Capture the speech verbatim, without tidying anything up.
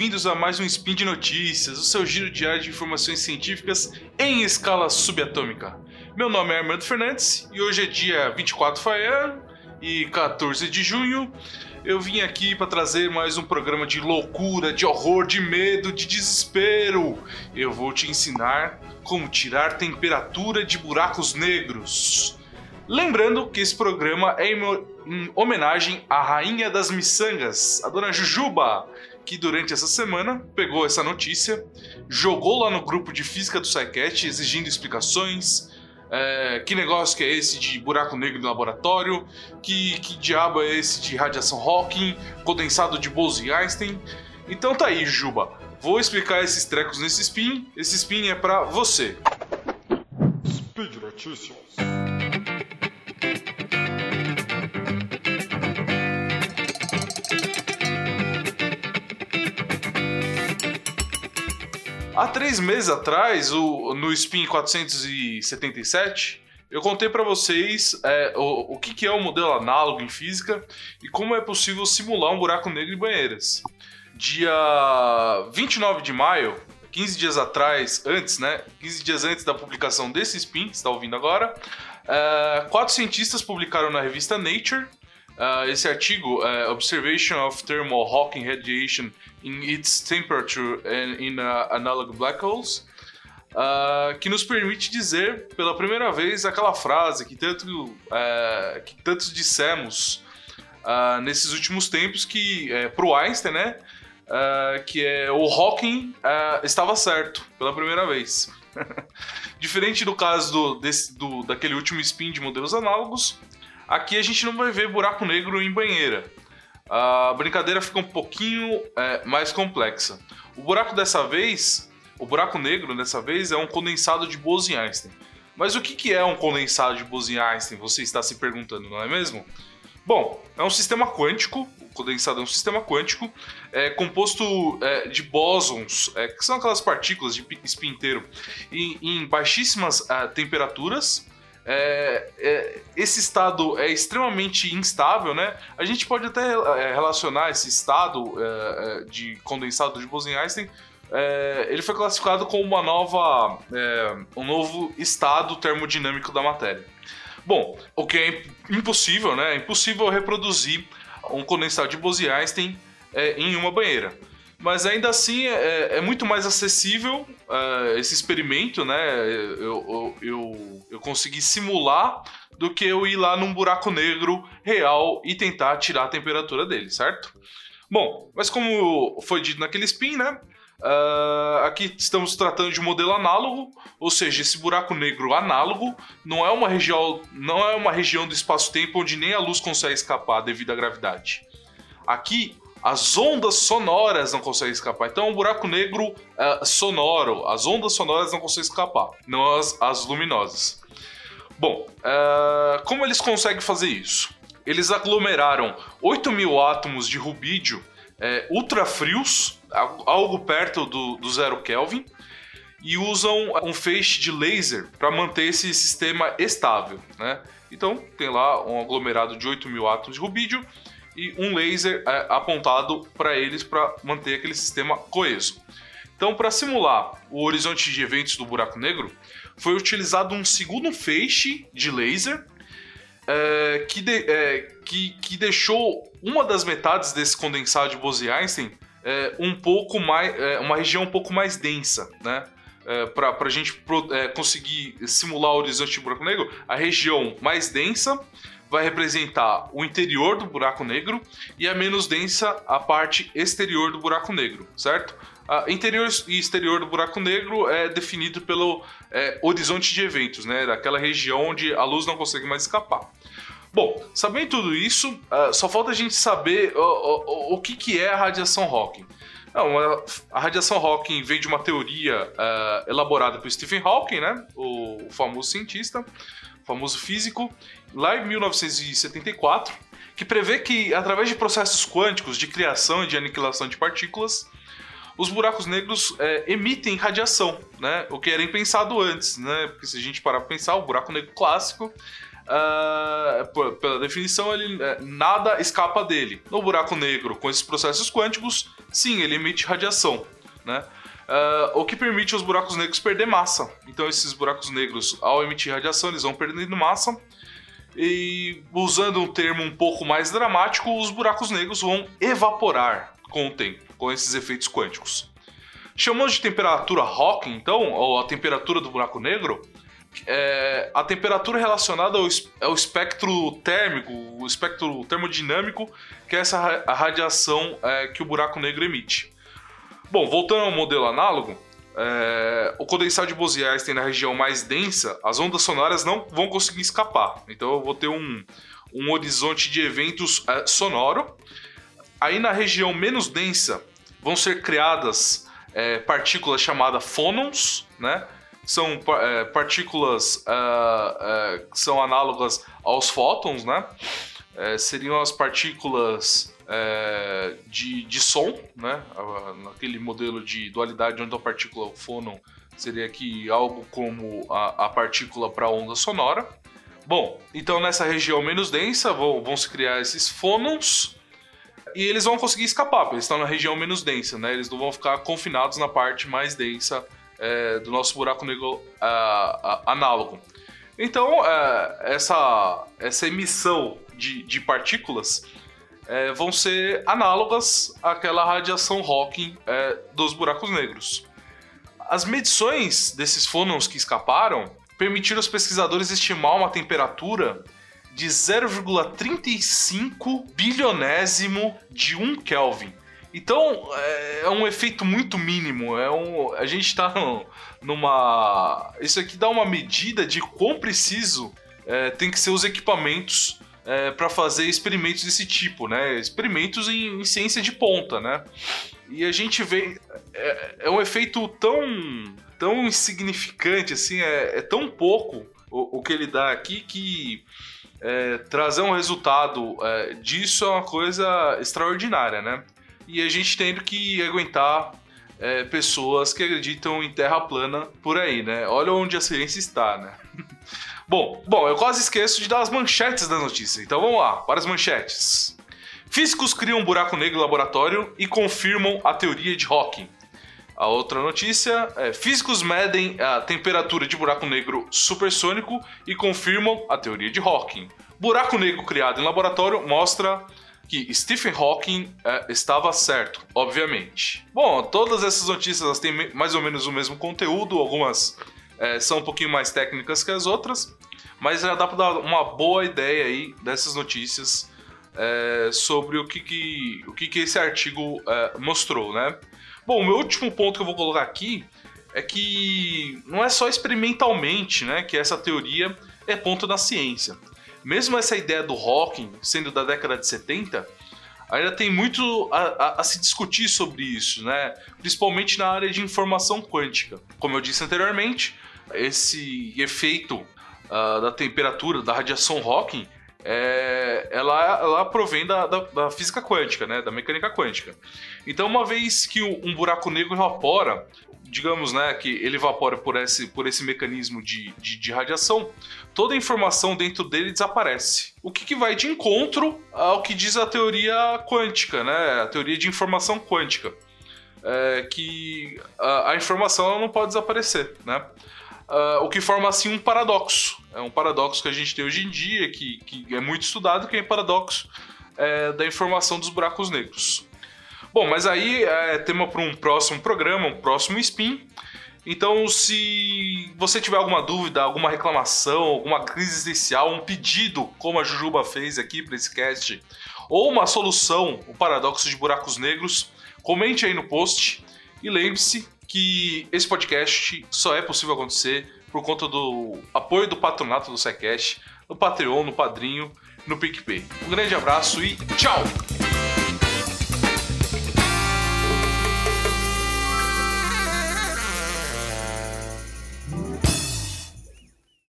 bem-vindos a mais um Spin de Notícias, o seu giro diário de informações científicas em escala subatômica. Meu nome é Armando Fernandes e hoje é dia vinte e quatro Faian e quatorze de junho. Eu vim aqui para trazer mais um programa de loucura, de horror, de medo, de desespero. Eu vou te ensinar como tirar temperatura de buracos negros. Lembrando que esse programa é em homenagem à rainha das miçangas, a dona Jujuba, que durante essa semana pegou essa notícia, jogou lá no grupo de física do SciCast exigindo explicações. É, que negócio que é esse de buraco negro no laboratório? Que, que diabo é esse de radiação Hawking, condensado de Bose-Einstein? Então tá aí, Jujuba. Vou explicar esses trecos nesse spin. Esse spin é pra você. Speed Notícias. Há três meses atrás, o, no Spin quatrocentos e setenta e sete, eu contei para vocês é, o, o que, que é o modelo análogo em física e como é possível simular um buraco negro em banheiras. Dia vinte e nove de maio, quinze dias atrás, antes, né? quinze dias antes da publicação desse Spin, que você está ouvindo agora, é, quatro cientistas publicaram na revista Nature. Uh, esse artigo, uh, Observation of Thermal Hawking Radiation in its Temperature and in uh, Analog Black Holes, uh, que nos permite dizer pela primeira vez aquela frase que, tanto, uh, que tantos dissemos uh, nesses últimos tempos, que uh, para o Einstein, né, uh, que é o Hawking uh, estava certo pela primeira vez. Diferente do caso do, desse, do, daquele último spin de modelos análogos, aqui a gente não vai ver buraco negro em banheira. A brincadeira fica um pouquinho é, mais complexa. O buraco dessa vez, o buraco negro dessa vez é um condensado de Bose-Einstein. Mas o que é um condensado de Bose-Einstein? Você está se perguntando, não é mesmo? Bom, é um sistema quântico. O condensado é um sistema quântico é, composto é, de bósons, é, que são aquelas partículas de spin inteiro, em, em baixíssimas é, temperaturas. É, é, esse estado é extremamente instável, né? A gente pode até é, relacionar esse estado é, de condensado de Bose-Einstein. É, ele foi classificado como uma nova, é, um novo estado termodinâmico da matéria. Bom, o que é impossível, né? É impossível reproduzir um condensado de Bose-Einstein é, em uma banheira. Mas ainda assim é, é muito mais acessível uh, esse experimento, né? Eu, eu, eu, eu consegui simular do que eu ir lá num buraco negro real e tentar tirar a temperatura dele, certo? Bom, mas como foi dito naquele spin, né? Uh, aqui estamos tratando de um modelo análogo, ou seja, esse buraco negro análogo não é uma região, não é uma região do espaço-tempo onde nem a luz consegue escapar devido à gravidade. Aqui as ondas sonoras não conseguem escapar. Então é um buraco negro uh, sonoro. As ondas sonoras não conseguem escapar, não as, as luminosas. Bom, uh, como eles conseguem fazer isso? Eles aglomeraram oito mil átomos de rubídio uh, ultrafrios, algo perto do, do zero Kelvin, e usam um feixe de laser para manter esse sistema estável, né? Então tem lá um aglomerado de oito mil átomos de rubídio e um laser é, apontado para eles para manter aquele sistema coeso. Então, para simular o horizonte de eventos do buraco negro, foi utilizado um segundo feixe de laser é, que, de, é, que, que deixou uma das metades desse condensado de Bose-Einstein é, um pouco mais, é, uma região um pouco mais densa, né? É, para a gente pro, é, conseguir simular o horizonte de buraco negro, a região mais densa vai representar o interior do buraco negro e a menos densa a parte exterior do buraco negro, certo? A interior e exterior do buraco negro é definido pelo é, horizonte de eventos, né? Daquela região onde a luz não consegue mais escapar. Bom, sabendo tudo isso, uh, só falta a gente saber o, o, o que, que é a radiação Hawking. Não, a radiação Hawking vem de uma teoria uh, elaborada por Stephen Hawking, né? O, o famoso cientista, famoso físico, lá em mil novecentos e setenta e quatro, que prevê que, através de processos quânticos de criação e de aniquilação de partículas, os buracos negros é, emitem radiação, né? O que era impensado antes, né? Porque se a gente parar para pensar, o buraco negro clássico uh, pela definição, ele, uh, nada escapa dele. No buraco negro, com esses processos quânticos, sim, ele emite radiação, né? Uh, o que permite aos buracos negros perder massa. Então esses buracos negros, ao emitir radiação, eles vão perdendo massa. E usando um termo um pouco mais dramático, os buracos negros vão evaporar com o tempo, com esses efeitos quânticos. Chamamos de temperatura Hawking, então, ou a temperatura do buraco negro, é a temperatura relacionada ao, ao espectro térmico, o espectro termodinâmico, que é essa a radiação é, que o buraco negro emite. Bom, voltando ao modelo análogo, é, o condensado de Bose-Einstein na região mais densa, as ondas sonoras não vão conseguir escapar. Então eu vou ter um, um horizonte de eventos é, sonoro. Aí na região menos densa vão ser criadas é, partículas chamadas fônons, né? São é, partículas é, é, que são análogas aos fótons, né? É, seriam as partículas é, de, de som, né? Naquele modelo de dualidade onde a partícula o fônon seria aqui algo como a, a partícula para a onda sonora. Bom, então nessa região menos densa vão, vão se criar esses fônons e eles vão conseguir escapar, porque eles estão na região menos densa, né? Eles não vão ficar confinados na parte mais densa é, do nosso buraco negro uh, uh, análogo. Então, uh, essa, essa emissão de, de partículas uh, vão ser análogas àquela radiação Hawking uh, dos buracos negros. As medições desses fônons que escaparam permitiram aos pesquisadores estimar uma temperatura de zero vírgula trinta e cinco bilionésimo de um Kelvin. Então, é um efeito muito mínimo. É um, a gente está numa... Isso aqui dá uma medida de quão preciso é, tem que ser os equipamentos é, para fazer experimentos desse tipo, né? Experimentos em, em ciência de ponta, né? E a gente vê... É, é um efeito tão, tão insignificante, assim, é, é tão pouco o, o que ele dá aqui que... É, trazer um resultado é, disso é uma coisa extraordinária, né? E a gente tendo que aguentar é, pessoas que acreditam em terra plana por aí, né? Olha onde a ciência está, né? bom, bom, eu quase esqueço de dar as manchetes da notícia, então vamos lá, para as manchetes. Físicos criam um buraco negro em laboratório e confirmam a teoria de Hawking. A outra notícia é: físicos medem a temperatura de buraco negro supersônico e confirmam a teoria de Hawking. Buraco negro criado em laboratório mostra que Stephen Hawking é, estava certo, obviamente. Bom, todas essas notícias elas têm mais ou menos o mesmo conteúdo, algumas é, são um pouquinho mais técnicas que as outras, mas já dá para dar uma boa ideia aí dessas notícias é, sobre o que, que, o que, que esse artigo é, mostrou, né? Bom, o meu último ponto que eu vou colocar aqui é que não é só experimentalmente, né, que essa teoria é ponto da ciência. Mesmo essa ideia do Hawking sendo da década de setenta, ainda tem muito a, a, a se discutir sobre isso, né? Principalmente na área de informação quântica. Como eu disse anteriormente, esse efeito uh, da temperatura, da radiação Hawking, É, ela, ela provém da, da, da física quântica, né, da mecânica quântica. Então, uma vez que um buraco negro evapora, digamos, né, que ele evapora por esse, por esse mecanismo de, de, de radiação, toda a informação dentro dele desaparece. O que, que vai de encontro ao que diz a teoria quântica, né, a teoria de informação quântica, é, que a, a informação ela não pode desaparecer, né? Uh, o que forma assim um paradoxo. É um paradoxo que a gente tem hoje em dia, que, que é muito estudado, que é o paradoxo é, da informação dos buracos negros. Bom, mas aí é tema para um próximo programa, um próximo spin. Então, se você tiver alguma dúvida, alguma reclamação, alguma crise existencial, um pedido, como a Jujuba fez aqui para esse cast, ou uma solução, o paradoxo de buracos negros, comente aí no post e lembre-se que esse podcast só é possível acontecer por conta do apoio do patronato do SciCast, no Patreon, no Padrinho, no PicPay. Um grande abraço e tchau!